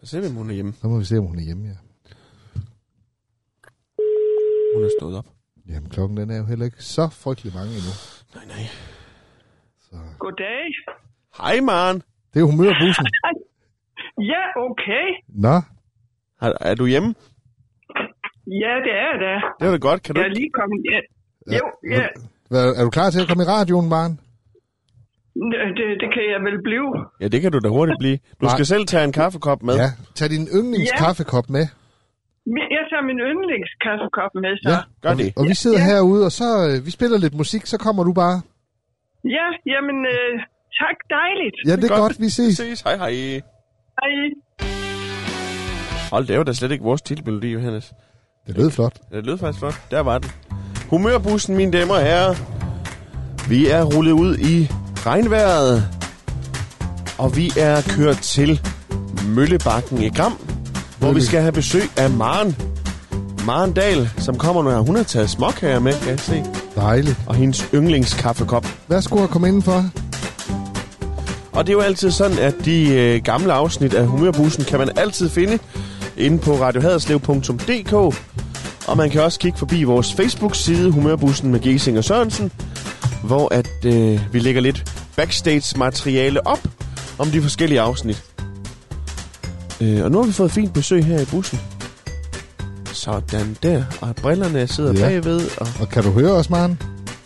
Se, om hun er hjemme. Så må vi se, om hun er hjemme, ja. Hun er stået op. Jamen, klokken den er jo heller ikke så frygtelig mange endnu. Nej. Så. Goddag. Hej, Maren. Det er humørbussen. Ja, okay. Nå, Er du hjemme? Ja, det er det. Det er da godt. Kan du Jeg er lige kommet hjem. Jo, ja. er du klar til at komme i radioen, Maren? Det kan jeg vel blive. Ja, det kan du da hurtigt blive. Du skal selv tage en kaffekop med. Ja, tag din yndlingskaffekop med. Jeg tager min yndlingskaffekop med, så. Ja, Gør det. Og vi sidder herude, og så vi spiller lidt musik, så kommer du bare. Ja, jamen, tak, dejligt. Ja, det er godt, vi ses. Vi ses. Hej. Hej. Hold, det var da slet ikke vores titelmelodi, Johannes. Det lød flot. Det lød faktisk flot. Der var den. Humørbussen, mine damer og herrer. Vi er rullet ud i regnvejret. Og vi er kørt til Møllebakken i Gram, hvor vi skal have besøg af Maren Dahl, som kommer nu her. Hun har taget småkager med, kan jeg se. Dejligt. Og hendes yndlingskaffekop. Værsgo at komme indenfor. Og det er jo altid sådan, at de gamle afsnit af Humørbussen kan man altid finde inde på radiohaderslev.dk. Og man kan også kigge forbi vores Facebook-side, Humørbussen med Gesing og Sørensen, hvor at vi lægger lidt backstage-materiale op om de forskellige afsnit. Og nu har vi fået fint besøg her i bussen. Sådan der. Og brillerne sidder bagved. Og kan du høre os, Maren?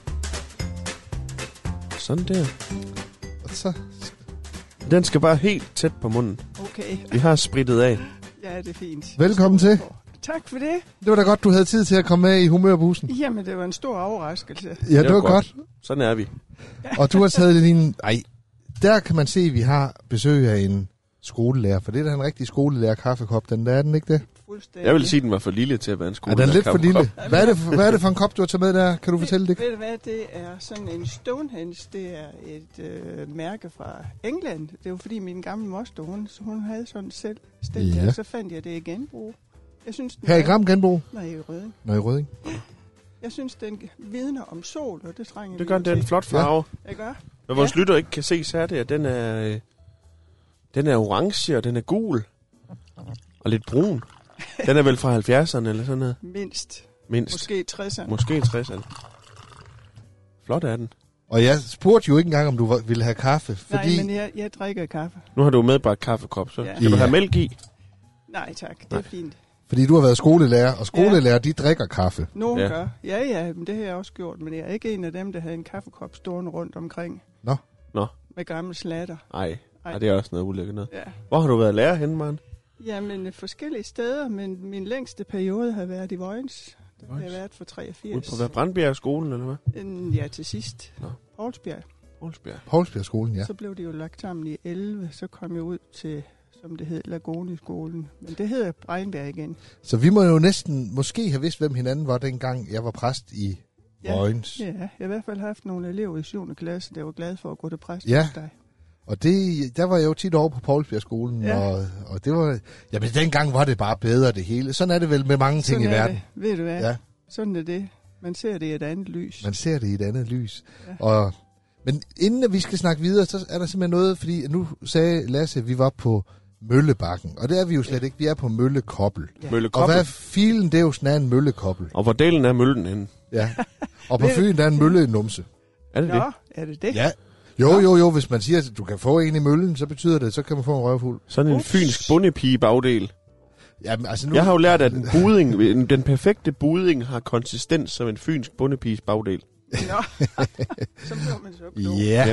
Sådan der. Og så. Den skal bare helt tæt på munden. Okay. Vi har sprittet af. Ja, det er fint. Velkommen til. Tak for det. Det var da godt, du havde tid til at komme med i humørbussen. Jamen, det var en stor overraskelse. Ja, det var godt. Sådan er vi. Og du har taget din... Ej, der kan man se, at vi har besøg af en skolelærer. For det er da en rigtig skolelærer-kaffekop. Den der, er den ikke det? Fuldstændig. Jeg vil sige, at den var for lille til at være en skole. Ja, den er lidt for lille. Hvad er det for en kop, du har taget med der? Kan du fortælle det? Ved du hvad, det er sådan en Stonehenge. Det er et mærke fra England. Det var fordi min gamle moster, hun havde sådan selv stillet der. Så fandt jeg det i genbrug. Jeg synes, her i Gram genbrug? Nej, i Rødding. Nå, i Rødding. Jeg synes, den vidner om sol, og det trænger det gør den. Det er en flot farve. Ja. Jeg gør. Hvad vores lytter ikke kan se, så er det, at den er orange, og den er gul. Og lidt brun. Den er vel fra 70'erne eller sådan noget? Mindst. Måske 60'erne. Måske 60'erne. Flot er den. Og jeg spurgte jo ikke engang, om du ville have kaffe. Fordi... Nej, men jeg drikker kaffe. Nu har du medbragt kaffekop, så skal du have mælk i? Nej tak, det er fint. Fordi du har været skolelærer, og skolelærer, de drikker kaffe. Nogen gør. Ja, men det har jeg også gjort. Men jeg er ikke en af dem, der havde en kaffekop stående rundt omkring. Nå. Med gamle slatter. Nej, det er også noget ulykke noget. Ja. Hvor har du været lærer henne, Maren? Jamen, forskellige steder, men min længste periode har været i Vojens. Der har jeg været for 83. Ude på hvad, Brandbjerg-skolen, eller hvad? Ja, til sidst. Poulsbjerg. Poulsbjerg-skolen, ja. Så blev det jo lagt sammen i 11, så kom jeg ud til, som det hed, Lagone-skolen. Men det hedder Breinbjerg igen. Så vi må jo måske have vidst, hvem hinanden var, dengang jeg var præst i Vojens. Ja, jeg har i hvert fald haft nogle elever i 7. klasse, der var glade for at gå til præst hos dig. Og der var jeg jo tit over på Poulsbjerg-skolen, og det var... Jamen, dengang var det bare bedre, det hele. Sådan er det vel med mange ting i verden. Det. Ved du hvad? Ja. Sådan er det. Man ser det i et andet lys. Ja. Men inden vi skal snakke videre, så er der simpelthen noget, fordi nu sagde Lasse, at vi var på Møllebakken, og det er vi jo slet ikke. Vi er på Møllekobbel. Ja. Møllekobbel. Og hvad filen, det er jo sådan en møllekobbel. Og hvor delen er møllen henne? Ja. Og på Fyn, der er en møllenumse. Er det det? Er det det? Ja. Jo, hvis man siger, at du kan få en i møllen, så betyder det, så kan man få en røvfuld. Sådan en fynsk bondepige-bagdel. Jamen, altså nu... Jeg har jo lært, at den perfekte buding har konsistens som en fynsk bondepiges bagdel. Nå, så bliver man så klog. Ja.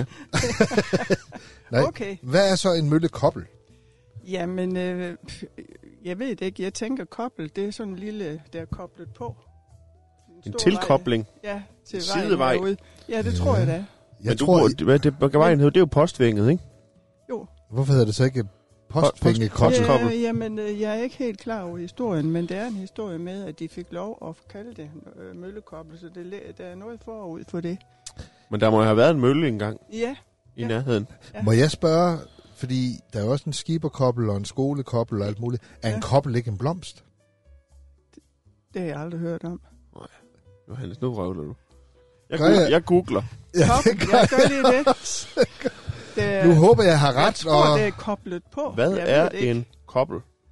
Nej, okay. Hvad er så en møllekobbel? Jamen, jeg ved det ikke. Jeg tænker kobbel, det er sådan en lille, der er koblet på. En tilkobling? Ja, til sidevej. Ja, det tror jeg da. Vejen hed, det er jo postvinget, ikke? Jo. Hvorfor hedder det så ikke postvingekobbel? Jamen, jeg er ikke helt klar over historien, men der er en historie med, at de fik lov at kalde det møllekobbel, så der er noget forud for det. Men der må have været en mølle engang. Ja. I nærheden. Ja. Må jeg spørge, fordi der er også en skiberkobbel og en skolekobbel og alt muligt. Er en kobbel ikke en blomst? Det har jeg aldrig hørt om. Nej, Johannes, nu røvler du. Jeg googler. Ja, jeg gør lige det. Nu håber jeg har ret. Jeg tror, det er koblet på. Hvad er en kobbel?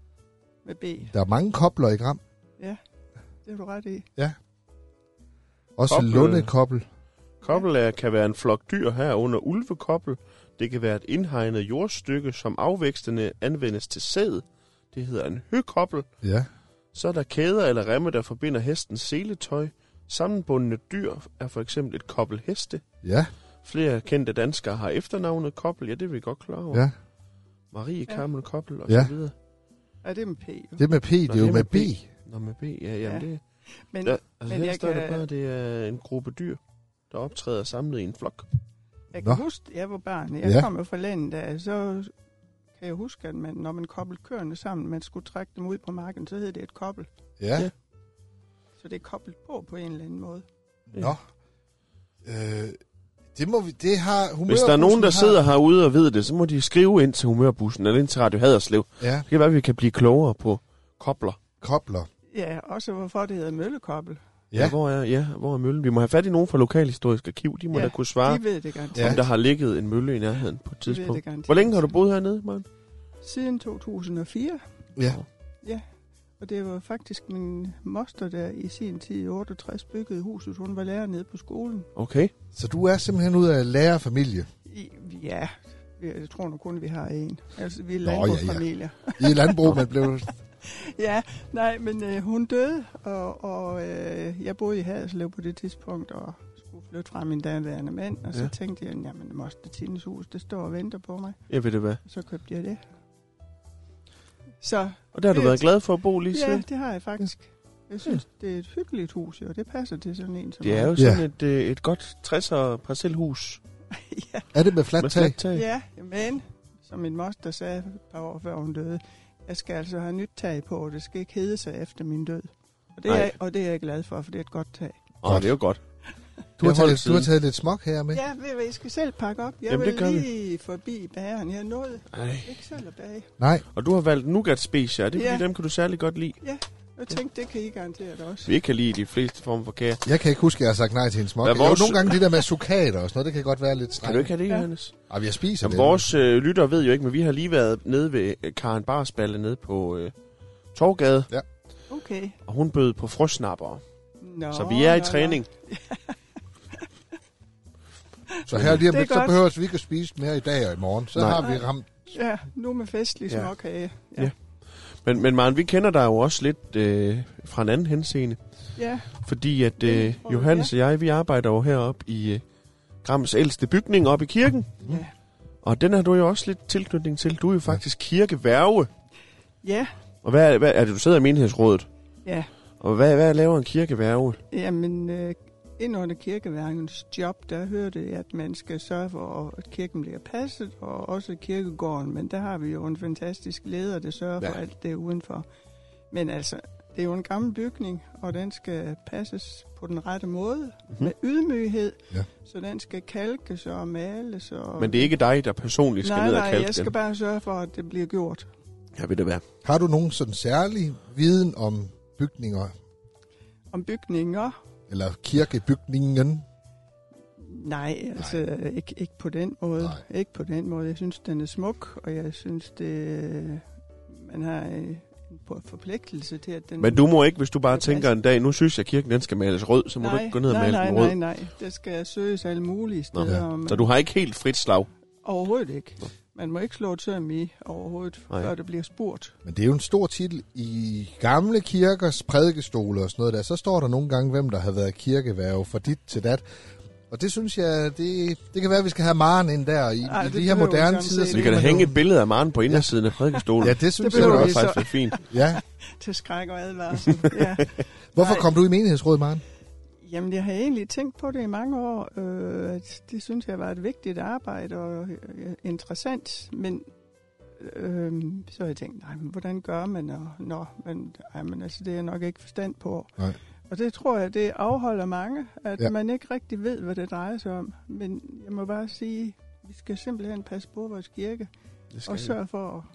med B. Der er mange kobler i Gram. Ja, det er du ret i. Ja. Også lundekobbel. Kobbel kan være en flok dyr herunder ulvekobbel. Det kan være et indhegnet jordstykke, som afvækstende anvendes til sæd. Det hedder en høkobbel. Ja. Så er der kæder eller remme, der forbinder hestens seletøj. Sammenbundne dyr er for eksempel et kobbel heste. Ja. Flere kendte danskere har efternavnet Kobbel. Ja, det er vi godt klar over. Ja. Marie Carmen Kobbel og Ja. så videre. Ja, det er med P. Jo. Det er med P, det er jo med B. Nå, med B, ja, jamen det... Men, Ja, altså men her står kan... der bare, det er en gruppe dyr, der optræder samlet i en flok. Jeg kan huske, jeg var barn. Jeg kom jo fra landet af, så kan jeg huske, at når man koblede køerne sammen, man skulle trække dem ud på marken, så hed det et kobbel. Ja. Så det er koblet på en eller anden måde. Nå. Det må vi, det har Humørbussen. Hvis der er nogen, der sidder herude og ved det, så må de skrive ind til Humørbussen, eller ind til Radio Haderslev. Ja. Det kan være, at vi kan blive klogere på kobler. Kobler. Ja, også hvorfor det hedder møllekobbel. Ja. Hvor er møllen? Vi må have fat i nogen fra Lokalhistorisk Arkiv. De må da kunne svare, de ved det garanteret. om der har ligget en mølle i nærheden på et tidspunkt. Det Hvor længe har du boet hernede, Maren? Siden 2004. Ja. Ja, og det var faktisk min moster, der i sin tid i 68 byggede huset. Hun var lærer nede på skolen. Okay. Så du er simpelthen ud af lærerfamilie? Ja, jeg tror nu kun, vi har en. Altså, vi er landbrugsfamilier. I landbrug, man blev... Ja, nej, men hun døde, og jeg boede i Haderslev på det tidspunkt, og skulle flytte fra min daværende mand, og så tænkte jeg, jamen, Moster Tines hus, det står og venter på mig. Jeg ved det hvad. Så købte jeg det. Så, og der har du været glad for at bo lige siden? Ja, det har jeg faktisk. Jeg synes, det er et hyggeligt hus, og det passer til sådan en som det er jo sådan et godt 60'er parcelhus. Ja. Er det med fladt tag? Ja, men som min moster sagde et par år før hun døde, jeg skal altså have nyt tag på, og det skal ikke hedde sig efter min død. Og det er jeg glad for det er et godt tag. Det er jo godt. Du har taget lidt smok her med? Ja, ved hvad, jeg skal selv pakke op. Jeg vil lige forbi bageren. Jeg nåede ikke selv at bage. Nej. Og du har valgt nougat specia. Det er fordi, dem kan du særlig godt lide. Ja, jeg tænkte, det kan I garanteret også. Vi kan lide de fleste former for kager. Jeg kan ikke huske, at jeg har sagt nej til en smok. Nogle gange det der med sukater og sådan noget, det kan godt være lidt strengt. Kan du ikke have det, Johannes? Ja, jeg spiser det. Vores lytter ved jo ikke, men vi har lige været nede ved Karen Barsballe nede på Torvgade. Ja. Okay. Og hun bød på frostsnappere. Så vi er i træning. Så her lige om lidt, så behøver vi ikke at spise mere i dag og i morgen. Så har vi ramt. Ja, nu med festlig småkage. Ja. Men Maren, vi kender dig jo også lidt fra en anden henseende. Ja. Fordi at Johannes og jeg, vi arbejder jo heroppe i Grams ældste bygning oppe i kirken. Ja. Og den har du jo også lidt tilknytning til. Du er jo faktisk kirkeværge. Ja. Og hvad er det, du sidder i menighedsrådet? Ja. Og hvad laver en kirkeværge? Jamen, ind under kirkeværgens job, der hørte jeg, at man skal sørge for, at kirken bliver passet, og også kirkegården. Men der har vi jo en fantastisk leder, der sørger for alt det udenfor. Men altså, det er jo en gammel bygning, og den skal passes på den rette måde, med ydmyghed. Ja. Så den skal kalkes og males. Og... Men det er ikke dig, der personligt skal ned og kalke den? Nej, jeg skal bare sørge for, at det bliver gjort. Ja, vil det være. Har du nogen sådan særlig viden om bygninger? Om bygninger? Eller kirkebygningen? Nej, altså ikke på den måde. Nej. Ikke på den måde. Jeg synes, den er smuk, og jeg synes, man har en forpligtelse til, at den... Men du må ikke, hvis du bare tænker en dag, nu synes jeg, at kirken den skal males rød, så må du ikke gå ned og male den rød. Nej. Det skal søges alle mulige steder. Ja. Så du har ikke helt frit slag? Overhovedet ikke. Man må ikke slå et søm i overhovedet, før det bliver spurgt. Men det er jo en stor titel i gamle kirkers prædikestole og sådan noget der. Så står der nogle gange, hvem der har været kirkeværge fra dit til dat. Og det synes jeg, det kan være, at vi skal have Maren ind der i de her moderne tider. Så vi kan da hænge et billede af Maren på indersiden af prædikestolen. Ja, det synes jeg også faktisk er fint. Ja. Til skræk og advarsel. Ja. Hvorfor kom du i menighedsrådet, Maren? Jamen, jeg har egentlig tænkt på det i mange år. Det synes jeg var et vigtigt arbejde og interessant. Men så har jeg tænkt, nej, men hvordan gør man? Men altså, det er jeg nok ikke forstand på. Nej. Og det tror jeg, det afholder mange, at man ikke rigtig ved, hvad det drejer sig om. Men jeg må bare sige, vi skal simpelthen passe på vores kirke og sørge for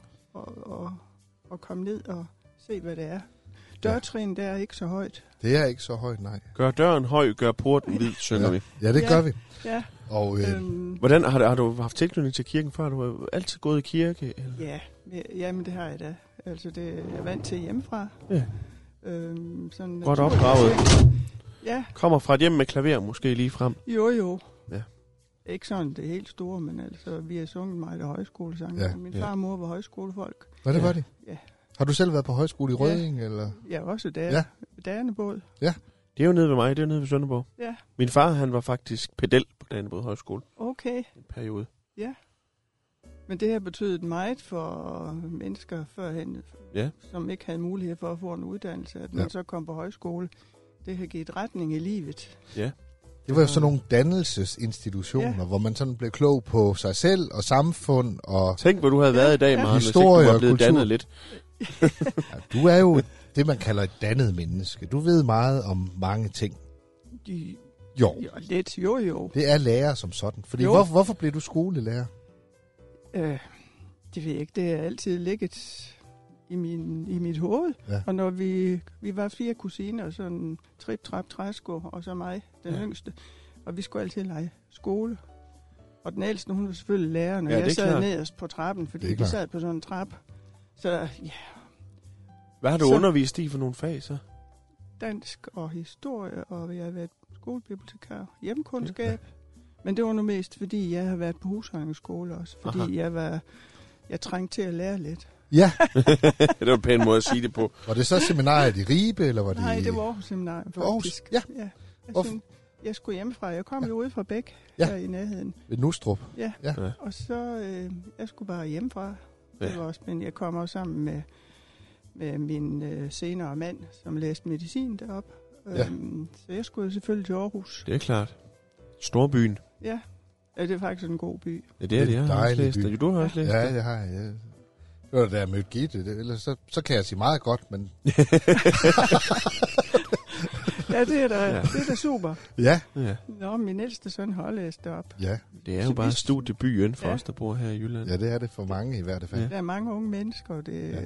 at komme ned og se, hvad det er. Dørtrin, det er ikke så højt. Det er ikke så højt, nej. Gør døren høj, gør porten hvid, synger vi. Ja, det gør vi. Ja. Og, hvordan har du haft tilknytning til kirken før? Har du altid gået i kirke? Eller? Ja, Jamen, det har jeg da. Altså, det er jeg vant til hjemmefra. Ja. Sådan godt opdraget. Ja. Kommer fra et hjem med klaver måske lige frem. Jo. Ja. Ikke sådan det helt store, men altså, vi har sunget meget af højskolesang. Ja. Min far og mor var højskolefolk. Hvad det var det? Ja. Har du selv været på højskole i Rødding? Eller? Ja, også der. Ja. Danebåd. Ja. Det er jo nede ved mig, det er nede ved Sønderborg. Ja. Min far, han var faktisk pedel på Danebåd Højskole. Okay. En periode. Ja. Men det har betydet meget for mennesker førhen, som ikke havde mulighed for at få en uddannelse, at man så kom på højskole. Det har givet retning i livet. Ja. Det var jo sådan nogle dannelsesinstitutioner, hvor man sådan blev klog på sig selv og samfund. Og tænk, hvor du havde været i dag, Maren, hvis ikke du var blevet dannet lidt. Du er jo det, man kalder et dannet menneske. Du ved meget om mange ting. Jo. Lidt, jo. Det er lærer som sådan. Fordi hvorfor blev du skolelærer? Det ved jeg ikke. Det er altid ligget i mit hoved. Ja. Og når vi var 4 kusiner, sådan trip, trap, træsko, og så mig, den yngste. Og vi skulle altid lege skole. Og den ældste, hun var selvfølgelig læreren, og jeg sad nederst på trappen, fordi vi sad på sådan en trap. Så ja. Hvad har du undervist i for nogle fag så? Dansk og historie, og jeg har været skolebibliotekar, hjemkundskab. Ja. Men det var nu mest, fordi jeg har været på husholdningsskole også, fordi jeg trængte til at lære lidt. Ja. Det var en pæn måde at sige det på. Var det så seminariet i Ribe, eller var det... Nej, det var Aarhus Seminariet, faktisk. Aarhus? Ja. Jeg skulle hjemmefra. Jeg kom jo ude fra Bæk, her i nærheden. Ved Nustrup? Ja. Og så, jeg skulle bare hjemmefra. Det var også, men jeg kom også sammen med min senere mand, som læste medicin deroppe. Så jeg skulle selvfølgelig til Aarhus. Det er klart. Storbyen. Ja, det er faktisk en god by. Ja, det er det. Jeg har også læst det. Du har også læst det. Ja, det har jeg. Det var da jeg mødte Gitte. Ellers så kan jeg sige meget godt, men... Ja, det er da super. Ja. Nå, min ældste søn har læst det op. Ja. Det er jo bare studiebyen for os, der bor her i Jylland. Ja, det er det for mange i hvert fald. Der er mange unge mennesker,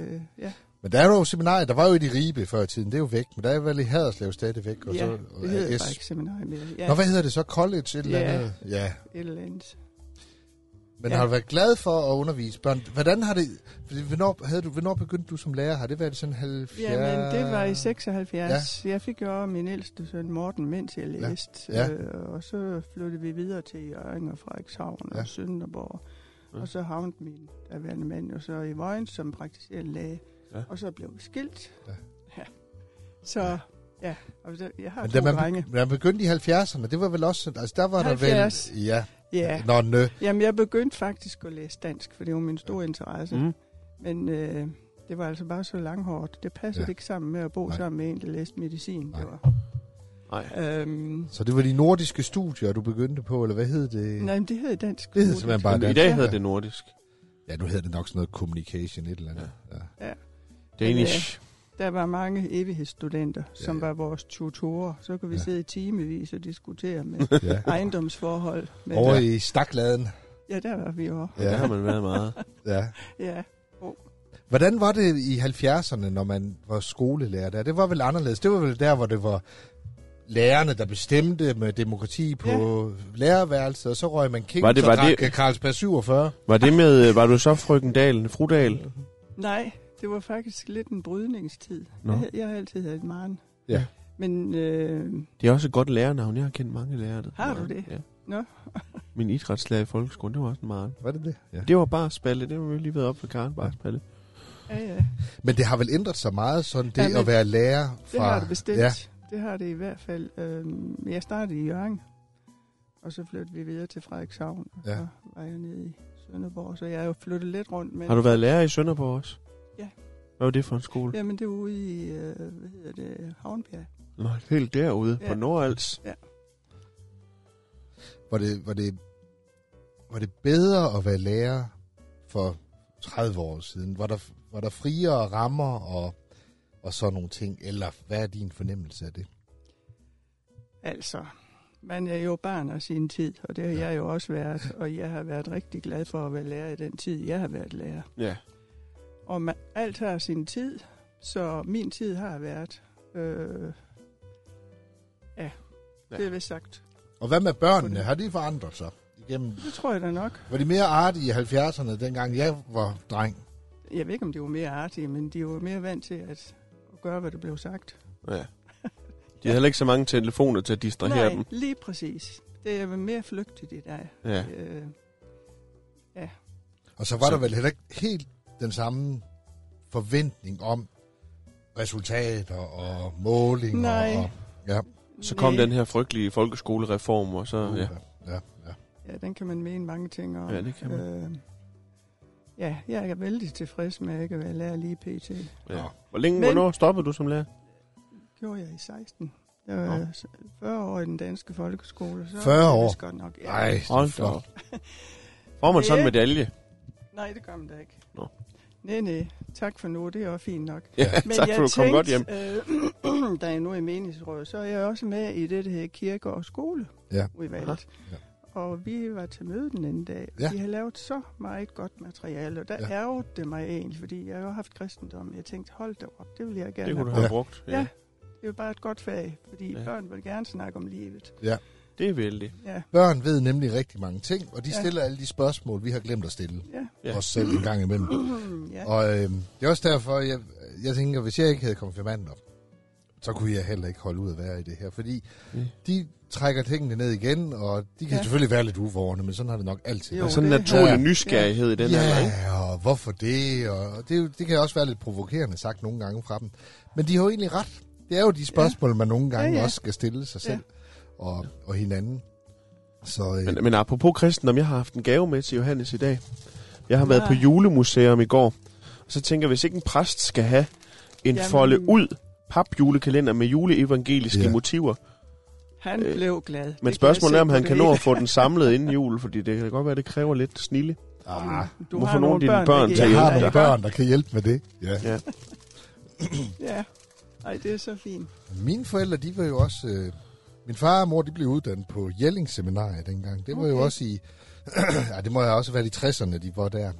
Men der er jo seminariet, der var jo i de Ribe før i tiden, det er jo væk, men der er vel i Haderslev stadigvæk. Og det hedder bare ikke seminariet mere. Ja. Nå, hvad hedder det så? College et eller andet? Ja, et eller andet. Men har du været glad for at undervise børn? Hvordan har det... Hvornår begyndte du som lærer? Har det været sådan 70? Jamen, det var i 76. Ja. Jeg fik jo min ældste søn Morten, mens jeg læste. Ja. Og så flyttede vi videre til Hjørring og Frederikshavn og Sønderborg. Ja. Og så havnede min daværende mand jo så i Vojens som praktiserende læge. Ja. Og så blev vi skilt. Ja. Så... Ja, og jeg har 2 drenge. Men man begyndte i 70'erne, det var vel også... Altså, der var 70. Der vel... Ja. Nå. Jamen, jeg begyndte faktisk at læse dansk, for det var min store interesse. Mm. Men det var altså bare så langhårdt. Det passede ikke sammen med at bo sammen med en, der læste medicin. Nej. Det var. Så det var de nordiske studier, du begyndte på, eller hvad hed det? Nej, det hed dansk. Det hed simpelthen bare dansk. I dag hedder det nordisk. Ja, nu hedder det nok sådan noget communication, et eller andet. Ja. Danish. Der var mange evighedsstudenter, som var vores tutorer. Så kunne vi sidde i timevis og diskutere med ejendomsforhold. Over i Stakladen. Ja, der var vi jo. Ja, der har man været meget. Ja. Hvordan var det i 70'erne, når man var skolelærer der? Det var vel anderledes. Det var vel der, hvor det var lærerne, der bestemte med demokrati på lærerværelset, og så røg man King og Carlsberg 47. Var du så frøken Dahl, fru Dahl? Nej. Det var faktisk lidt en brydningstid. Jeg har altid været Maren. Ja. Men, det er også et godt lærernavn. Jeg har kendt mange lærere. Har du det? Ja. Nå. Min idrætslærer i folkeskolen, det var også en Maren. Var det det? Ja. Det var bare spalle. Det var jo lige været op for Karen, bare spalle. Ja. Men det har vel ændret sig meget, sådan det at være lærer fra... Det har det bestemt. Ja. Det har det i hvert fald. Jeg startede i Hjørring, og så flyttede vi videre til Frederikshavn, og så var jeg nede i Sønderborg, så jeg har jo flyttet lidt rundt. Men... Har du været lærer i Sønderborg også? Ja. Hvad var det for en skole? Jamen, det var ude i, Havnbjerg. Nå, helt derude, på Nordals. Ja. Var det bedre at være lærer for 30 år siden? Var der friere rammer og sådan nogle ting? Eller hvad er din fornemmelse af det? Altså, man er jo barn af sin tid, og det har jeg jo også været. Og jeg har været rigtig glad for at være lærer i den tid, jeg har været lærer. Ja. Og alt har sin tid, så min tid har været... det er vist sagt. Og hvad med børnene? Har de forandret sig igennem? Det tror jeg da nok. Var de mere artige i 70'erne, dengang jeg var dreng? Jeg ved ikke, om de var mere artige, men de var mere vant til at gøre, hvad der blev sagt. Ja. De havde heller ikke så mange telefoner til at distrahere dem. Nej, lige præcis. Det er mere flygtigt i dag. Ja. Ja. Og så var der vel heller ikke helt den samme forventning om resultater og målinger. Nej. Og, ja. Så kom den her frygtelige folkeskolereform, og så... Ja, den kan man mene mange ting om. Ja, det kan man. Ja, jeg er vældig tilfreds med, at jeg kan være lærer lige pt. Ja. Hvornår stoppede du som lærer? Gjorde jeg i 16. Jeg var 40 år i den danske folkeskole. Så 40 år? Det godt nok. Ja. Ej, hold da op. Får man sådan en medalje? Nej, det gør man da ikke. Nå. Nej, tak for nu, det er også fint nok. Ja, men tak for du kom godt hjem. Da jeg nu er i menighedsrådet, så er jeg også med i det her kirke- og skoleudvalget. Ja. Og vi var til møde den anden dag. Ja. De har lavet så meget godt materiale, og der ærgede det mig egentlig, fordi jeg har jo haft kristendom. Jeg tænkte, hold da op, det vil jeg gerne have. Det kunne du have brugt. Ja, det er jo bare et godt fag, fordi børn vil gerne snakke om livet. Ja. Det er vældig. Ja. Børn ved nemlig rigtig mange ting, og de stiller alle de spørgsmål, vi har glemt at stille. Ja. Os selv en gang imellem. Ja. Og det er også derfor, jeg tænker, hvis jeg ikke havde konfirmander, så kunne jeg heller ikke holde ud at være i det her. Fordi de trækker tingene ned igen, og de kan selvfølgelig være lidt uvorne, men sådan har det nok altid været. Sådan en naturlig nysgerrighed i den her, ikke? Ja, og hvorfor det? Og det kan også være lidt provokerende sagt nogle gange fra dem. Men de har jo egentlig ret. Det er jo de spørgsmål, man nogle gange også skal stille sig selv og hinanden. Så, men apropos kristendom, jeg har haft en gave med til Johannes i dag. Jeg har været på julemuseum i går, og så tænker jeg, hvis ikke en præst skal have en folde ud papjulekalender med juleevangeliske motiver. Han blev glad. Men spørgsmålet er, om han kan nå at få den samlet inden jul, fordi det kan godt være, det kræver lidt snille. Du må har få nogle af dine børn til at hjælpe dig. Jeg har nogle børn, der kan hjælpe med det. Ja. Ja. Ej, det er så fint. Mine forældre, de var jo også... min far og mor, de blev uddannet på Jelling Seminariet dengang. Det var jo også i... det må have også været i 60'erne, de var der.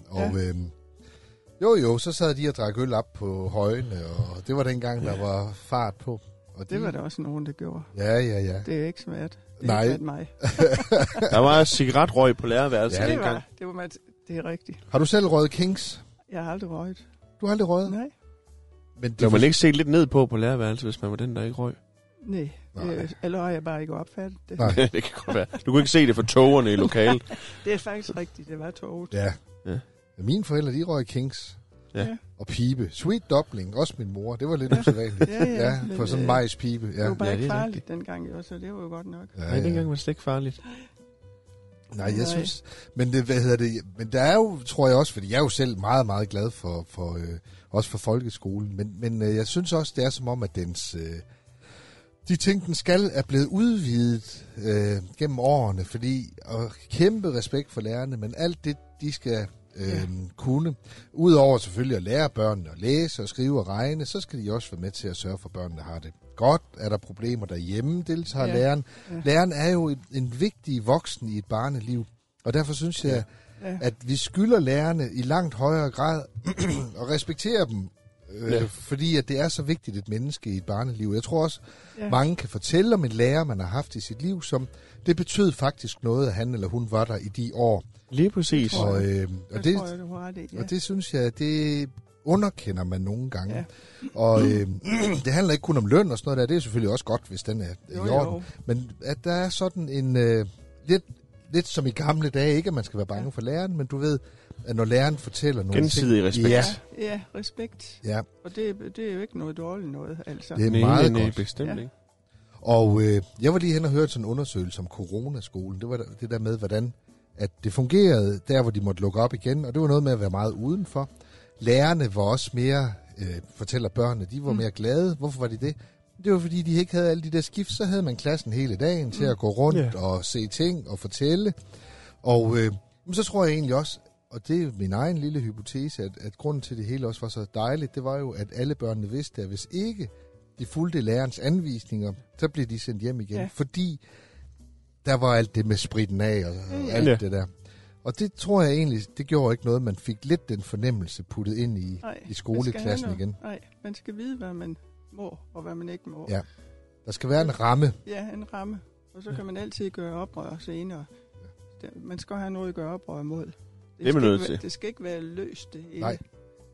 Og så sad de og drak øl op på højene, og det var dengang, der var fart på. Og det var der også nogen, der gjorde. Ja. Det er ikke svært. Det Nej. er mig. Der var cigaretrøg på lærerværelset dengang. Det er rigtigt. Har du selv røget Kings? Jeg har aldrig røget. Du har aldrig røget? Nej. Men det man ikke se lidt ned på lærerværelset, hvis man var den, der ikke røg? Nej. Eller har jeg bare ikke opfattet det? Nej, det kan godt være. Du kunne ikke se det for togerne i lokalet. Det er faktisk rigtigt, det var toget. Ja. Mine forældre, de røg Kings. Ja. Og pibe. Sweet Doubling, også min mor. Det var lidt usædvanligt. ja, på sådan en majspibe. Ja. Det var bare ikke farligt dengang, så det var jo godt nok. Nej, dengang var det slet ikke farligt. Nej, jeg synes... Men men der er jo, tror jeg også, fordi jeg er jo selv meget, meget glad for også for folkeskolen, men jeg synes også, det er som om, at de ting, den skal, er blevet udvidet gennem årene, og kæmpe respekt for lærerne, men alt det, de skal kunne, udover selvfølgelig at lære børnene at læse og skrive og regne, så skal de også være med til at sørge for, at børnene har det godt. Er der problemer derhjemme, deltager læreren. Ja. Læreren er jo en vigtig voksen i et barneliv, og derfor synes jeg, at vi skylder lærerne i langt højere grad at respektere dem, fordi at det er så vigtigt et menneske i et barneliv. Jeg tror også, mange kan fortælle om en lærer, man har haft i sit liv, som det betød faktisk noget, at han eller hun var der i de år. Lige præcis. Og det synes jeg, det underkender man nogle gange. Ja. Og det handler ikke kun om løn og sådan noget der. Det er selvfølgelig også godt, hvis den er i orden. Men at der er sådan en lidt som i gamle dage, ikke at man skal være bange for læreren, men du ved, at når læreren fortæller noget... Gensidig respekt. Ja, respekt. Ja. Og det er jo ikke noget dårligt noget, altså. Det er meget godt. Bestemt ikke. Og jeg var lige hen og hørte sådan en undersøgelse om coronaskolen. Det var det der med, hvordan at det fungerede der, hvor de måtte lukke op igen, og det var noget med at være meget udenfor. Lærerne var også mere, fortæller børnene, de var mere glade. Hvorfor var de det? Det var fordi, de ikke havde alle de der skift, så havde man klassen hele dagen til at gå rundt og se ting og fortælle. Og så tror jeg egentlig også, og det er min egen lille hypotese, at grunden til det hele også var så dejligt, det var jo, at alle børnene vidste, at hvis ikke de fulgte lærerens anvisninger, så blev de sendt hjem igen, fordi der var alt det med spritten af og alt det der. Og det tror jeg egentlig, det gjorde ikke noget. Man fik lidt den fornemmelse puttet ind i skoleklassen igen. Nej, man skal vide, hvad man må og hvad man ikke må. Ja, der skal være en ramme. Ja, en ramme. Og så kan man altid gøre oprør senere. Man skal have noget at gøre oprør mod. Det er man nødt til. Det skal ikke være løst det hele. Nej.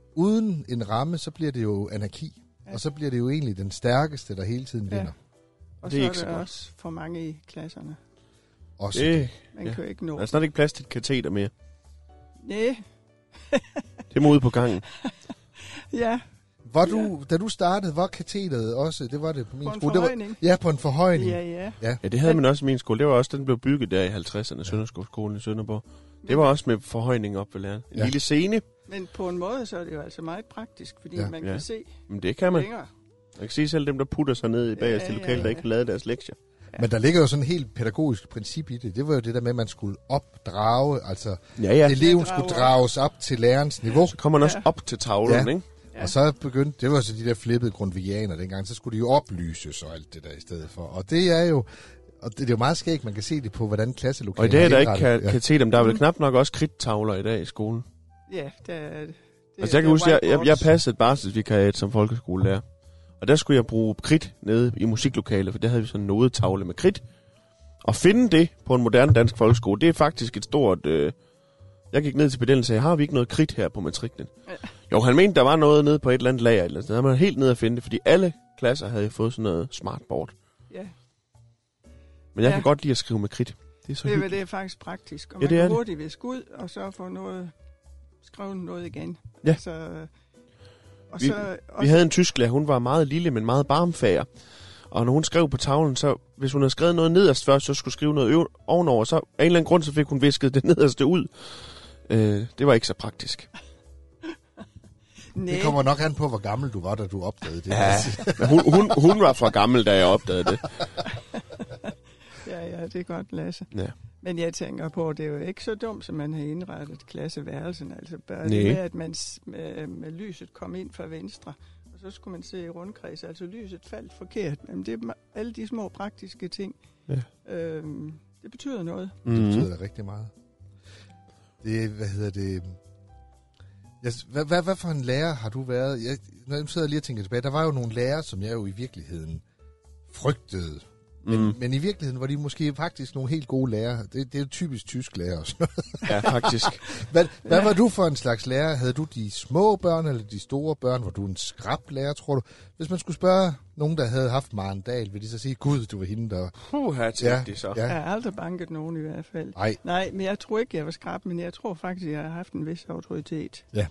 uden en ramme, så bliver det jo anarki. Ja. Og så bliver det jo egentlig den stærkeste, der hele tiden vinder. Og så er det også for mange i klasserne. Også man kan jo ikke nå. Der er snart ikke plads til et kateter mere. Nej. Det må ud på gangen. Ja. Da du startede, var kateteret også, det var det på min skole. På en forhøjning? Ja, på en forhøjning. Ja, det havde man også i min skole. Det var også, den blev bygget der i 50'erne, Sønderskolen i Sønderborg. Det var også med forhøjning op ved læreren. En lille scene. Men på en måde, så er det jo altså meget praktisk, fordi man kan se. Men det kan man. Længere. Jeg kan se selv dem, der putter sig ned i bagerste lokale, der ikke har lavet deres lektier. Ja. Men der ligger jo sådan en helt pædagogisk princip i det. Det var jo det der med, at man skulle opdrage, altså eleven skulle drages op til lærerens niveau. Så kommer man også op til tavlen, ikke? Ja. Og så begyndte, det var så de der flippede grundvianer dengang, så skulle de jo oplyses og alt det der i stedet for. Og det er jo, og det er jo meget skægt, man kan se det på, hvordan klasselokaler. Og i dag, der ikke kan se dem, der er vel knap nok også kridttavler i dag i skolen. Ja, det er altså jeg kan huske, jeg passede et barselsvikariat som folkeskolelærer. Og der skulle jeg bruge kridt nede i musiklokalet, for der havde vi sådan en nodetavle med kridt. Og finde det på en moderne dansk folkeskole, det er faktisk et stort... Jeg gik ned til pedellen og sagde, har vi ikke noget kridt her på matriklen? Ja. Jo, han mente, der var noget nede på et eller andet lager. Eller sådan. Der var man helt nede at finde det, fordi alle klasser havde fået sådan noget smartboard. Ja. Men jeg kan godt lide at skrive med kridt. Det er så hyggeligt. Det er faktisk praktisk. Og man kan hurtigt viske ud, og så få noget... skrive noget igen. Ja. Vi havde en tysklærer, hun var meget lille, men meget barmfager. Og når hun skrev på tavlen, så hvis hun havde skrevet noget nederst først, så skulle skrive noget ovenover, så af en eller anden grund, så fik hun visket det nederste ud. Det var ikke så praktisk. Det kommer nok an på, hvor gammel du var, da du opdagede det. Ja, hun var fra gammel, da jeg opdagede det. Ja, det er godt, Lasse. Ja. Men jeg tænker på, at det er jo ikke så dumt, som man har indrettet klasseværelsen. Altså bare det med, at man med lyset kom ind fra venstre, og så skulle man se i rundkreds. Altså lyset faldt forkert. Men det er alle de små praktiske ting. Ja. Det betyder noget. Det betyder rigtig meget. Det, hvad for en lærer har du været? Når jeg sidder lige og tænker tilbage, der var jo nogle lærere, som jeg jo i virkeligheden frygtede. Men i virkeligheden var de måske faktisk nogle helt gode lærere. Det er jo typisk tysk lærer og sådan noget. Ja, faktisk. Hvad var du for en slags lærer? Havde du de små børn eller de store børn? Var du en skrablærer, tror du? Hvis man skulle spørge nogen, der havde haft Maren Dahl, vil de så sige, gud, du var hende, der... Her tænkte de så. Ja. Jeg har aldrig banket nogen i hvert fald. Nej, men jeg tror ikke, jeg var skrab, men jeg tror faktisk, jeg har haft en vis autoritet. Ja.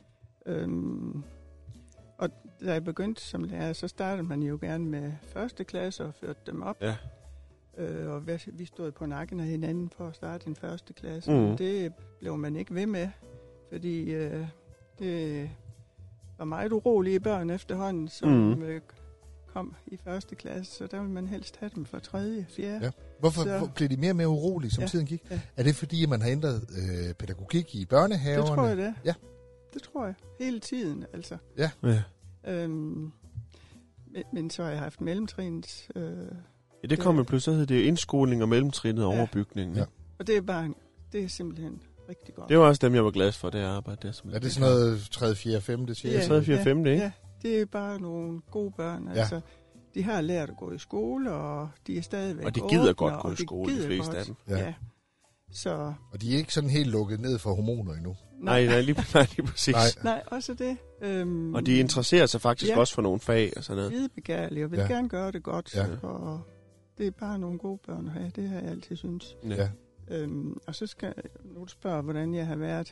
Og da jeg begyndte som lærer, så startede man jo gerne med første klasse og førte dem op. Ja. Og vi stod på nakken af hinanden for at starte en første klasse. Det blev man ikke ved med, fordi det var meget urolige børn efterhånden, som kom i første klasse, så der ville man helst have dem fra 3., 4. Ja. Hvorfor blev de mere og mere urolige, som tiden gik? Ja. Er det fordi, man har ændret pædagogik i børnehaverne? Det tror jeg det. Ja. Det tror jeg. Hele tiden, altså. Ja. Men så har jeg haft mellemtrins... Ja, det kommer pludselig, så hedder det indskoling og mellemtrinnet og overbygningen. Ja. Og det er simpelthen rigtig godt. Det var også dem, jeg var glad for, det arbejde der. Er det sådan noget 3., 4., 5., 6? Ja, 3., 4., 5., ikke? Ja, det er bare nogle gode børn. Altså, de har lært at gå i skole, og de er stadigvæk og de gider godt gå i skole, de fleste af dem. Ja. Så. Og de er ikke sådan helt lukket ned for hormoner endnu. Nej, lige præcis. Nej, også det. Og de interesserer sig faktisk også for nogle fag og sådan noget. Videbegærlige og vil gerne gøre det godt. Ja. Og det er bare nogle gode børn at have. Det har jeg altid synes. Ja. Og så skal nu spørge, hvordan jeg har været.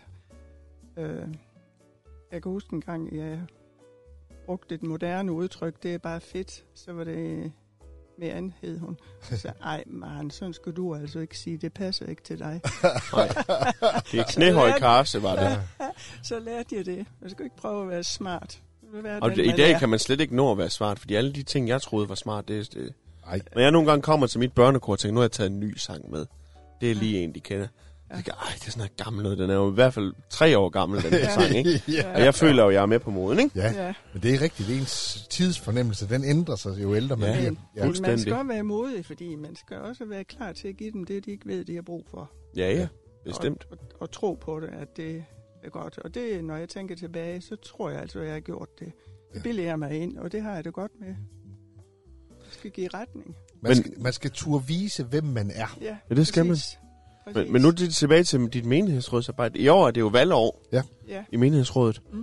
Jeg kan huske en gang, jeg brugte et moderne udtryk. Det er bare fedt. Så var det med Anne, hed hun. Så ej, Maren, sådan skulle du altså ikke sige. Det passer ikke til dig. Nej, det er knæhøj karse, var det. Så lærte jeg det. Jeg skal ikke prøve at være smart. Og i dag kan man slet ikke nå at være smart, fordi alle de ting, jeg troede var smart, det når jeg nogle gange kommer til mit børnekor og tænker, nu har jeg taget en ny sang med. Det er lige en, de kender. Jeg tænker, det er sådan noget gammel noget. Den er jo i hvert fald 3 år gammel, den her sang, ikke? Og jeg føler jo, jeg er med på moden, ikke? Ja, men det er rigtigt. Ens tidsfornemmelse, den ændrer sig jo ældre man bliver. Ja. Man skal være modig, fordi man skal også være klar til at give dem det, de ikke ved, de har brug for. Ja, bestemt. Og tro på det, at det er godt. Og det, når jeg tænker tilbage, så tror jeg altså, at jeg har gjort det. Det bilder mig ind, og det har jeg det godt med. Jeg skal give retning. Man skal turde vise, hvem man er. Ja, det skal man. Men nu tilbage til dit menighedsrådsarbejde. I år er det jo valgår i menighedsrådet.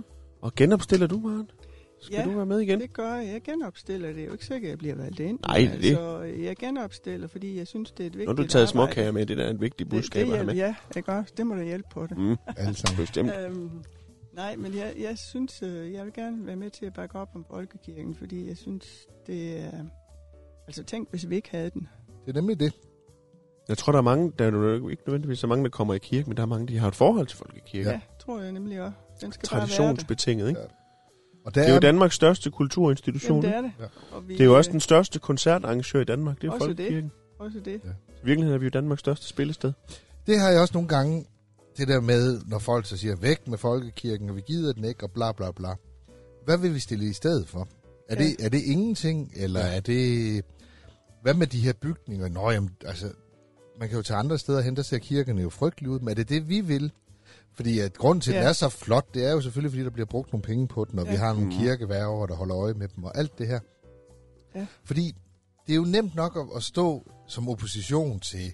Og genopstiller du, Maren? Skal du være med igen? Det gør jeg. Jeg genopstiller. Det er jo ikke sikkert, at jeg bliver valgt ind. Nej, det. Så jeg genopstiller, fordi jeg synes, det er et vigtigt arbejde. Når du tager småkager med, det der er et vigtigt budskab at have med. Ja, jeg gør. Det må da hjælpe på det. Alle sammen. Nej, men jeg synes, jeg vil gerne være med til at bakke op om folkekirken, fordi jeg synes, det er... Altså tænk, hvis vi ikke havde den. Det er nemlig det. Jeg tror, der er mange, der er ikke nødvendigvis så mange, der kommer i kirke, men der er mange, der har et forhold til folkekirken. Ja, tror jeg nemlig også. Den skal traditionsbetinget, ikke? Ja. Og det er jo Danmarks største kulturinstitution. Jamen, det er det. Ja. Og vi, det er jo også den største koncertarrangør i Danmark, det er folkekirken. Også det. Ja. I virkeligheden er vi jo Danmarks største spillested. Det har jeg også nogle gange, det der med, når folk så siger, væk med folkekirken, og vi gider den ikke, og bla bla bla. Hvad vil vi stille i stedet for? Er det ingenting, eller er det... Hvad med de her bygninger? Nå, jamen, altså, man kan jo tage andre steder hen, der ser kirkerne jo frygteligt ud, men er det det, vi vil? Fordi at grunden til, at den er så flot, det er jo selvfølgelig, fordi der bliver brugt nogle penge på den, og vi har nogle kirkeværger, der holder øje med dem, og alt det her. Ja. Fordi det er jo nemt nok at stå som opposition til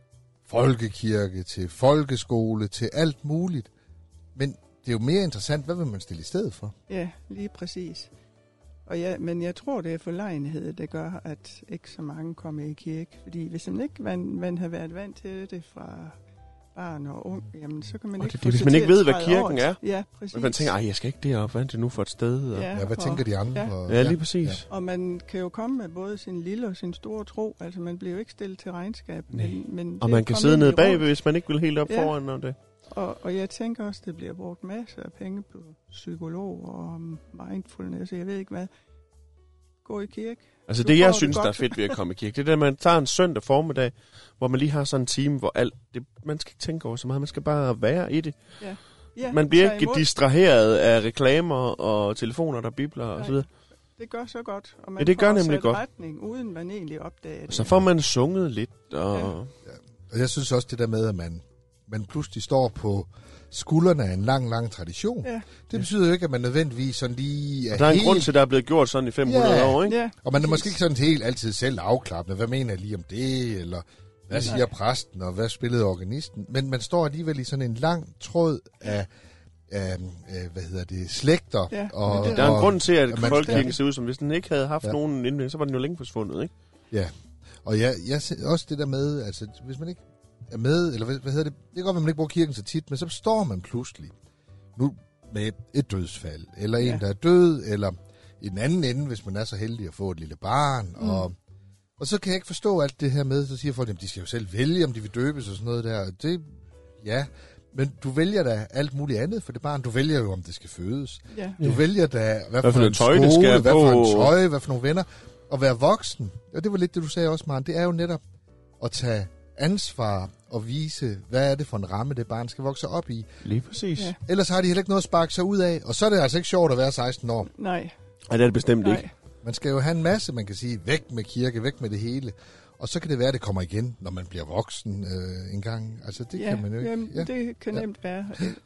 folkekirke, til folkeskole, til alt muligt. Men det er jo mere interessant, hvad vil man stille i stedet for? Ja, lige præcis. Men jeg tror, det er forlegenhed, der gør, at ikke så mange kommer i kirke. Fordi hvis man har været vant til det fra barn og ung, jamen så kan man ikke hvis man ikke ved, hvad kirken er. Ja, præcis. Og man tænker, jeg skal ikke derop, hvad er det nu for et sted? Og... Ja, hvad tænker de andre? Ja, lige præcis. Ja. Og man kan jo komme med både sin lille og sin store tro. Altså man bliver jo ikke stillet til regnskab. Men og man kan sidde nede bagved, hvis man ikke vil helt op foran. Og det. Og jeg tænker også, det bliver brugt masser af penge på psykolog og mindfulness, jeg ved ikke hvad. Gå i kirke. Altså det, jeg synes, der er fedt ved at komme i kirke, det er det, at man tager en søndag formiddag, hvor man lige har sådan en time, hvor man skal ikke tænke over så meget, man skal bare være i det. Ja, man bliver ikke distraheret af reklamer og telefoner, der bibler og så videre. Det gør så godt, og man det gør får nemlig sat godt. Retning, uden man egentlig opdager det. Så får man sunget lidt. Og jeg synes også det der med, at man pludselig står på skuldrene af en lang tradition. Ja. Det betyder jo ikke, at man nødvendigvis sådan lige... Og der er en grund til, at der er blevet gjort sådan i 500 år, ikke? Ja. Og man er måske ikke sådan helt altid selv afklappende. Hvad mener jeg lige om det? Eller hvad siger præsten? Og hvad spillede organisten? Men man står alligevel i sådan en lang tråd af slægter. Ja. Og der er en grund til, at folkekirken ser ud som, hvis den ikke havde haft nogen indlæg, så var den jo længe forsvundet, ikke? Ja. Og jeg også det der med, altså hvis man ikke er med, eller hvad hedder det? Det kan godt være, man ikke bruger kirken så tit, men så står man pludselig nu med et dødsfald, eller en, der er død, eller i den anden ende, hvis man er så heldig at få et lille barn, og så kan jeg ikke forstå alt det her med, så siger folk, at de skal jo selv vælge, om de vil døbes og sådan noget der. Det, men du vælger da alt muligt andet for det barn. Du vælger jo, om det skal fødes. Ja. Du vælger da, hvad for en skole, hvad for en tøj, hvad for nogle venner. At være voksen, og det var lidt det, du sagde også, Maren, det er jo netop at tage ansvar og vise, hvad er det for en ramme, det barn skal vokse op i. Lige præcis. Ja. Ellers har de heller ikke noget at sparke sig ud af, og så er det altså ikke sjovt at være 16 år. Nej. Nej, det er det bestemt ikke. Man skal jo have en masse, man kan sige, væk med kirke, væk med det hele. Og så kan det være, at det kommer igen, når man bliver voksen en gang. Altså, det kan man jo ikke. Jamen, det kan nemt være.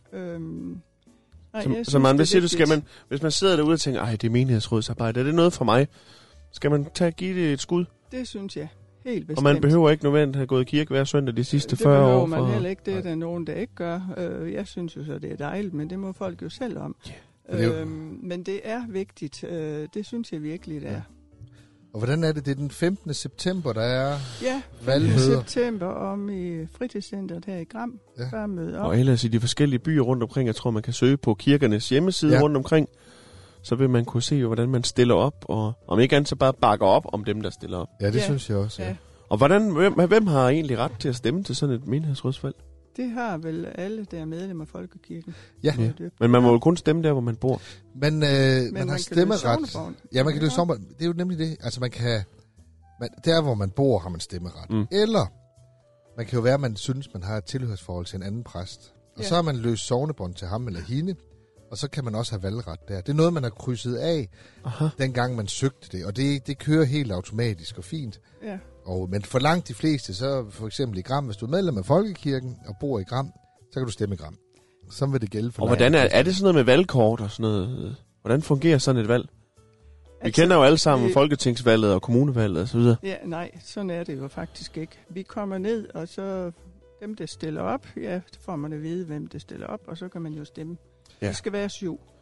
Så man, hvad siger du, skal man, hvis man sidder derude og tænker, ej, det er menighedsrådsarbejde, er det noget for mig? Skal man give det et skud? Det synes jeg. Helt bestemt. Og man behøver ikke nødvendigt at have gået i kirke hver søndag de sidste 40 år. Det behøver man heller ikke. Det er der nogen, der ikke gør. Jeg synes jo så, det er dejligt, men det må folk jo selv om. Yeah. Men det er vigtigt. Det synes jeg virkelig, det er. Og hvordan er det? Det er den 15. september, der er valgmøder. 15. september om i fritidscenteret her i Gram. Ja. Møde op. Og ellers i de forskellige byer rundt omkring, jeg tror, man kan søge på kirkernes hjemmeside rundt omkring. Så vil man kunne se, hvordan man stiller op, og om ikke andet så bare bakker op om dem, der stiller op. Ja, det synes jeg også. Ja. Og hvem har egentlig ret til at stemme til sådan et menighedsrådsvalg? Det har vel alle, der er medlemmer af Folkekirken. Ja. Men man må jo kun stemme der, hvor man bor. Men man har stemmeret. Ja, man kan løse sommer. Det er jo nemlig det. Altså der, hvor man bor, har man stemmeret. Eller man kan jo være, at man synes, man har et tilhørsforhold til en anden præst. Og så har man løst sognebånd til ham eller hende. Og så kan man også have valgret der. Det er noget, man har krydset af, dengang man søgte det. Og det kører helt automatisk og fint. Ja. Men for langt de fleste, så for eksempel i Gram, hvis du er medlem af Folkekirken og bor i Gram, så kan du stemme i Gram. Så vil det gælde for. Og hvordan er det sådan noget med valgkort og sådan noget? Hvordan fungerer sådan et valg? Vi kender jo alle sammen folketingsvalget og kommunevalget og så videre. Ja, nej, sådan er det jo faktisk ikke. Vi kommer ned, og så dem, der stiller op, så får man at vide, hvem der stiller op, og så kan man jo stemme. Ja. Det skal være 7.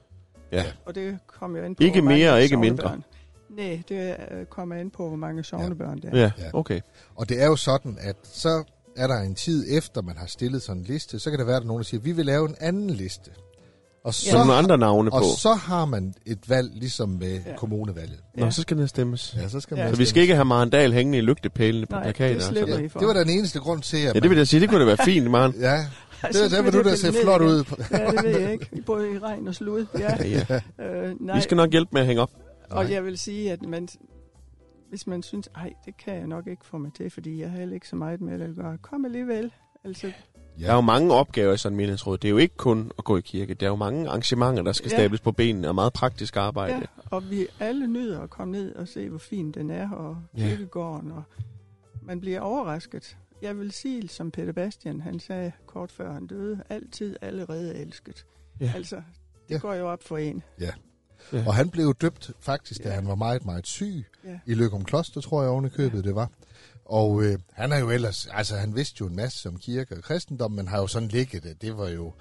Ja. Og det kommer jo ind på, ikke mere og ikke mindre. Nej, det kommer ind på, hvor mange sognebørn der er. Ja, okay. Og det er jo sådan, at så er der en tid efter, man har stillet sådan en liste, så kan der være, at nogen, der siger, vi vil lave en anden liste. Og så nogle andre navne på. Og så har man et valg, ligesom med kommunevalget. Nå, så skal den stemmes. Ja, så skal man så vi skal ikke have Maren Dahl hængende i lygtepælene på plakater. Det var den eneste grund til, at det vil jeg sige, det kunne da være fint, Maren. Ja, det vil du da se flot ud. Ja, det ved jeg ikke. Vi bor i regn og slud. Ja. Vi skal nok hjælpe med at hænge op. Og jeg vil sige, at hvis man synes, det kan jeg nok ikke få mig til, fordi jeg har heller ikke så meget med at gøre. Kom alligevel. Altså. Der er jo mange opgaver i sådan en menighedsråd. Det er jo ikke kun at gå i kirke. Der er jo mange arrangementer, der skal stables på benene, og meget praktisk arbejde. Ja, og vi alle nyder at komme ned og se, hvor fin den er, og kirkegården, og man bliver overrasket. Jeg vil sige, som Peter Bastian, han sagde kort før han døde, altid allerede elsket. Ja. Altså, det går jo op for en. Ja. Ja. Og han blev døbt faktisk, da han var meget, meget syg i Løgum Kloster, tror jeg oven i købet det var. Og han er jo ellers, altså han vidste jo en masse om kirke og kristendom, men har jo sådan ligget det. Det var jo,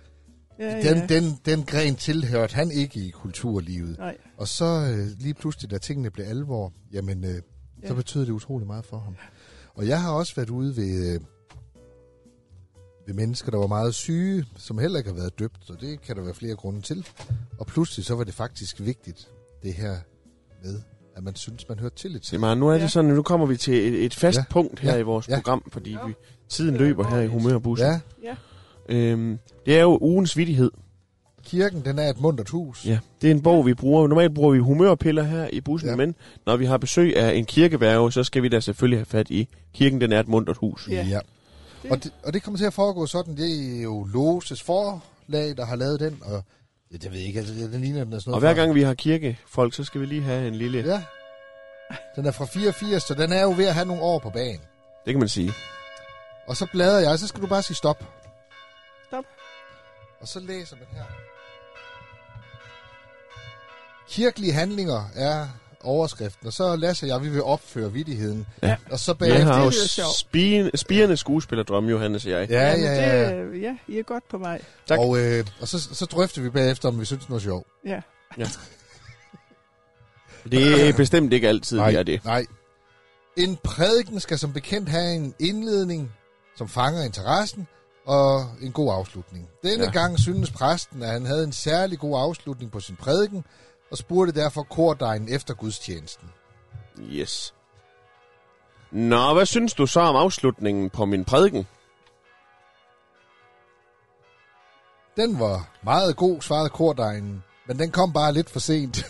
den gren tilhørte han ikke i kulturlivet. Nej. Og så lige pludselig, da tingene blev alvor, jamen så betød det utrolig meget for ham. Og jeg har også været ude ved mennesker, der var meget syge, som heller ikke har været døbt, og det kan der være flere grunde til. Og pludselig så var det faktisk vigtigt, det her med, at man synes, man hørte til et sted. Nu er det sådan, nu kommer vi til et fast punkt her i vores program, fordi tiden løber her i Humørbussen. Ja. Det er jo ugens vittighed. Kirken, den er et muntert hus. Ja, det er en bog, vi bruger. Normalt bruger vi humørpiller her i bussen, men når vi har besøg af en kirkeværge, så skal vi da selvfølgelig have fat i kirken, den er et muntert hus. Ja. Og det kommer til at foregå sådan, det er jo Loses forlag, der har lavet den, og det ved jeg ikke, altså den ligner den er sådan noget. Og hver gang vi har kirkefolk, så skal vi lige have en lille. Ja. Den er fra 84, så den er jo ved at have nogle år på bagen. Det kan man sige. Og så bladrer jeg, så skal du bare sige stop. Stop. Og så læser man her. Kirkelige handlinger er overskriften, og så læser jeg, vi vil opføre vittigheden. Ja. Og så jeg har jo spirende skuespillerdrømme, Johannes og jeg. Ja, I er godt på vej. Tak. Og så drøfter vi bagefter, om vi synes noget sjovt. Ja. Det er bestemt ikke altid, vi er det. Nej. En prædiken skal som bekendt have en indledning, som fanger interessen, og en god afslutning. Denne gang synes præsten, at han havde en særlig god afslutning på sin prædiken, og spurgte derfor kordejen efter gudstjenesten. Yes. Nå, hvad synes du så om afslutningen på min prædiken? Den var meget god, svarede kordejen, men den kom bare lidt for sent.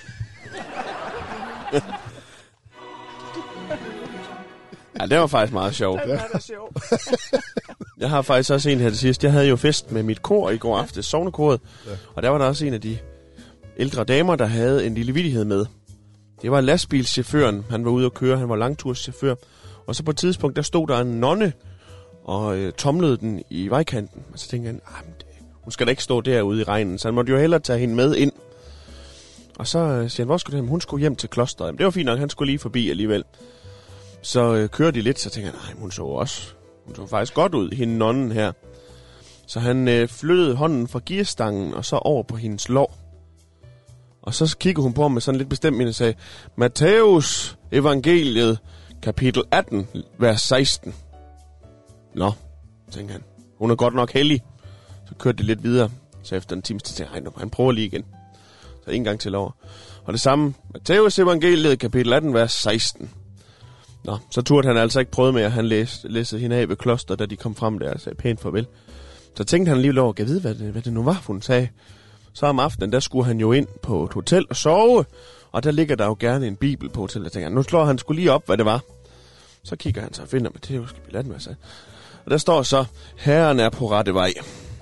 Ja, det var faktisk meget sjovt. Jeg har faktisk også en her til sidst. Jeg havde jo fest med mit kor i går aftes, sognekoret, og der var der også en af de ældre damer, der havde en lille vittighed med. Det var lastbilschaufføren, han var ude at køre, han var langturschauffør, og så på et tidspunkt, der stod der en nonne og tomlede den i vejkanten. Og så tænkte han, hun skal da ikke stå derude i regnen, så han måtte jo hellere tage hende med ind. Og så siger han, hvor skulle det hen? Hun skulle hjem til klosteret. Jamen, det var fint nok, han skulle lige forbi alligevel. Så kører de lidt, så tænker han, hun så faktisk godt ud, hende nonnen her. Så han flyttede hånden fra gearstangen og så over på hendes lår. Og så kiggede hun på ham med sådan lidt bestemt og sagde, Matthæus evangeliet, kapitel 18, vers 16. Nå, tænkte han. Hun er godt nok hellig. Så kørte det lidt videre. Så efter en times tid tænkte han prøver lige igen. Så en gang til over. Og det samme, Matthæus evangeliet, kapitel 18, vers 16. Nå, så turde han altså ikke prøve med, at han læste hende af ved kloster, da de kom frem der og sagde pænt farvel. Så tænkte han lige over, kan jeg vide, hvad det nu var, hun sagde. Så om aftenen, der skulle han jo ind på et hotel og sove, og der ligger der jo gerne en bibel på hotellet. Jeg tænker, nu slår han skulle lige op, hvad det var. Så kigger han så og finder Matthæus kapitel 18, vers 16. Og der står så, Herren er på rette vej.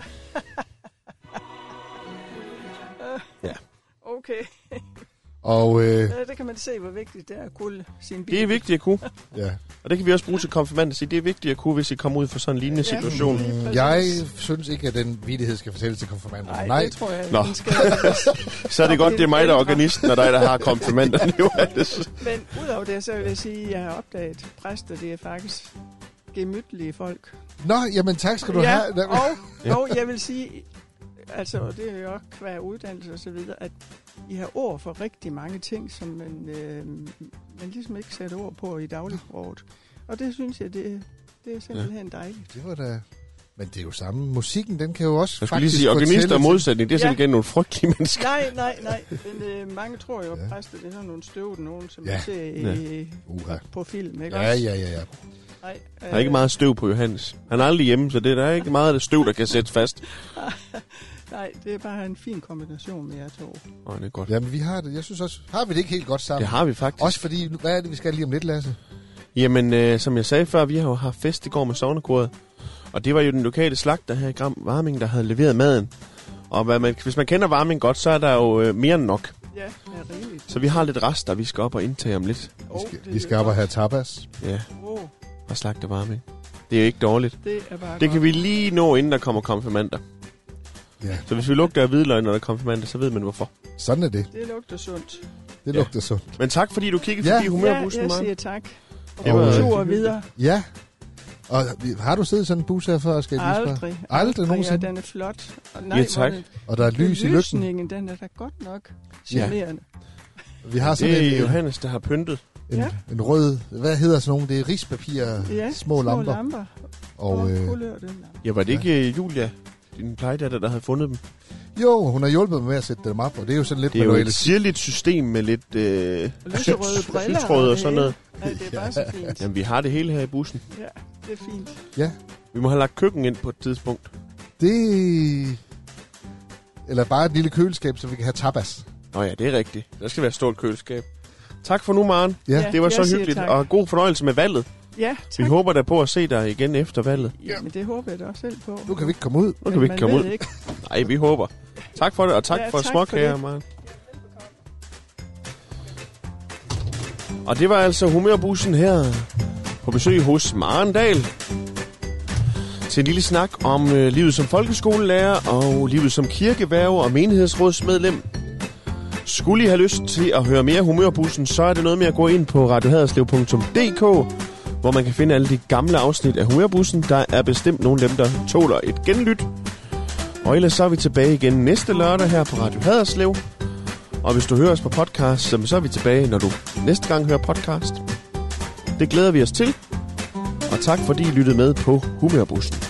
Ja. Okay. Og det kan man se, hvor vigtigt det er at kunne sin bil. Det er vigtigt at kunne. Ja. Og det kan vi også bruge til konfirmander. Det er vigtigt at kunne, hvis I kommer ud for sådan en lignende situation. Jeg synes ikke, at den vittighed skal fortælles til konfirmander. Nej, det tror jeg. Nå. Så er det godt, det er mig, der er organisten, og dig, der har konfirmanderne. Men udover det, så vil jeg sige, at jeg har opdaget, præster, det er faktisk gemytlige folk. Nå, jamen tak skal du have. Og jeg vil sige, altså, det er jo også hver uddannelse og så videre, at I har ord for rigtig mange ting, som man ligesom ikke sætter ord på i dagligsproget. Og det synes jeg, det er simpelthen dejligt. Det var da... Men det er jo samme. Musikken, den kan jo også jeg skulle lige sige, organister og modsætning, det er simpelthen nogle frygtelige mennesker. Nej. Men mange tror jo, at præster, det er sådan nogle støvede nogen, som man ser på film, ikke også? Ja. Nej, der er ikke meget støv på Johannes. Han er aldrig hjemme, så der er ikke meget af støv, der kan sættes fast. Nej, det er bare en fin kombination med jer to. Det er godt. Jamen, vi har det. Jeg synes også, har vi det ikke helt godt sammen? Det har vi faktisk. Også fordi, hvad er det, vi skal lige om lidt, Lasse? Jamen, som jeg sagde før, vi har jo haft fest i går med sognekoret. Og det var jo den lokale slagter her i Gram Varming, der havde leveret maden. Og hvis man kender Varming godt, så er der jo mere end nok. Ja, det er rigeligt. Så vi har lidt rester, vi skal op og indtage om lidt. Vi skal op og have tapas. Ja, og slagter Varming. Det er jo ikke dårligt. Det kan vi lige nå, inden der kommer konfirmander. Ja. Så hvis vi lugter af hvidløg, når der kommer konfirmander, så ved man hvorfor. Sådan er det. Det lugter sundt. Det lugter sundt. Men tak, fordi du kiggede forbi humørbussen, Maren. Ja, jeg siger tak. Og tur videre. Ja. Og har du siddet sådan en bus her før? Skal Aldrig nogensinde? Ja, den er flot. Og nej, tak. Og der er lys i lygten. Den er da godt nok charmerende. Vi har sådan det er Johannes, der har pyntet. En rød, hvad hedder sådan nogle? Det er rispapir, små lamper. Og var det ikke Julia, din plejedatter, der havde fundet dem? Jo, hun har hjulpet mig med at sætte dem op, og det er jo sådan lidt... Det er jo et sirligt system med lidt lysrøde og sådan noget. Ja, det er bare så fint. Jamen, vi har det hele her i bussen. Ja, det er fint. Ja. Vi må have lagt køkken ind på et tidspunkt. Eller bare et lille køleskab, så vi kan have tapas. Nå ja, det er rigtigt. Der skal være et stort køleskab. Tak for nu, Maren. Ja. Det var så hyggeligt, og god fornøjelse med valget. Ja, tak. Vi håber da på at se dig igen efter valget. Ja, men det håber jeg da også selv på. Nu kan vi ikke komme ud. Nej, vi håber. Tak for det, og tak for småkager, Maren. Og det var altså humørbussen her på besøg hos Maren Dahl. Til en lille snak om livet som folkeskolelærer og livet som kirkeværge og menighedsrådsmedlem. Skulle I have lyst til at høre mere humørbussen, så er det noget med at gå ind på radiohaderslev.dk, hvor man kan finde alle de gamle afsnit af humørbussen. Der er bestemt nogle af dem, der tåler et genlyt. Og ellers så er vi tilbage igen næste lørdag her på Radio Haderslev. Og hvis du hører os på podcast, så er vi tilbage, når du næste gang hører podcast. Det glæder vi os til. Og tak fordi I lyttede med på humørbussen.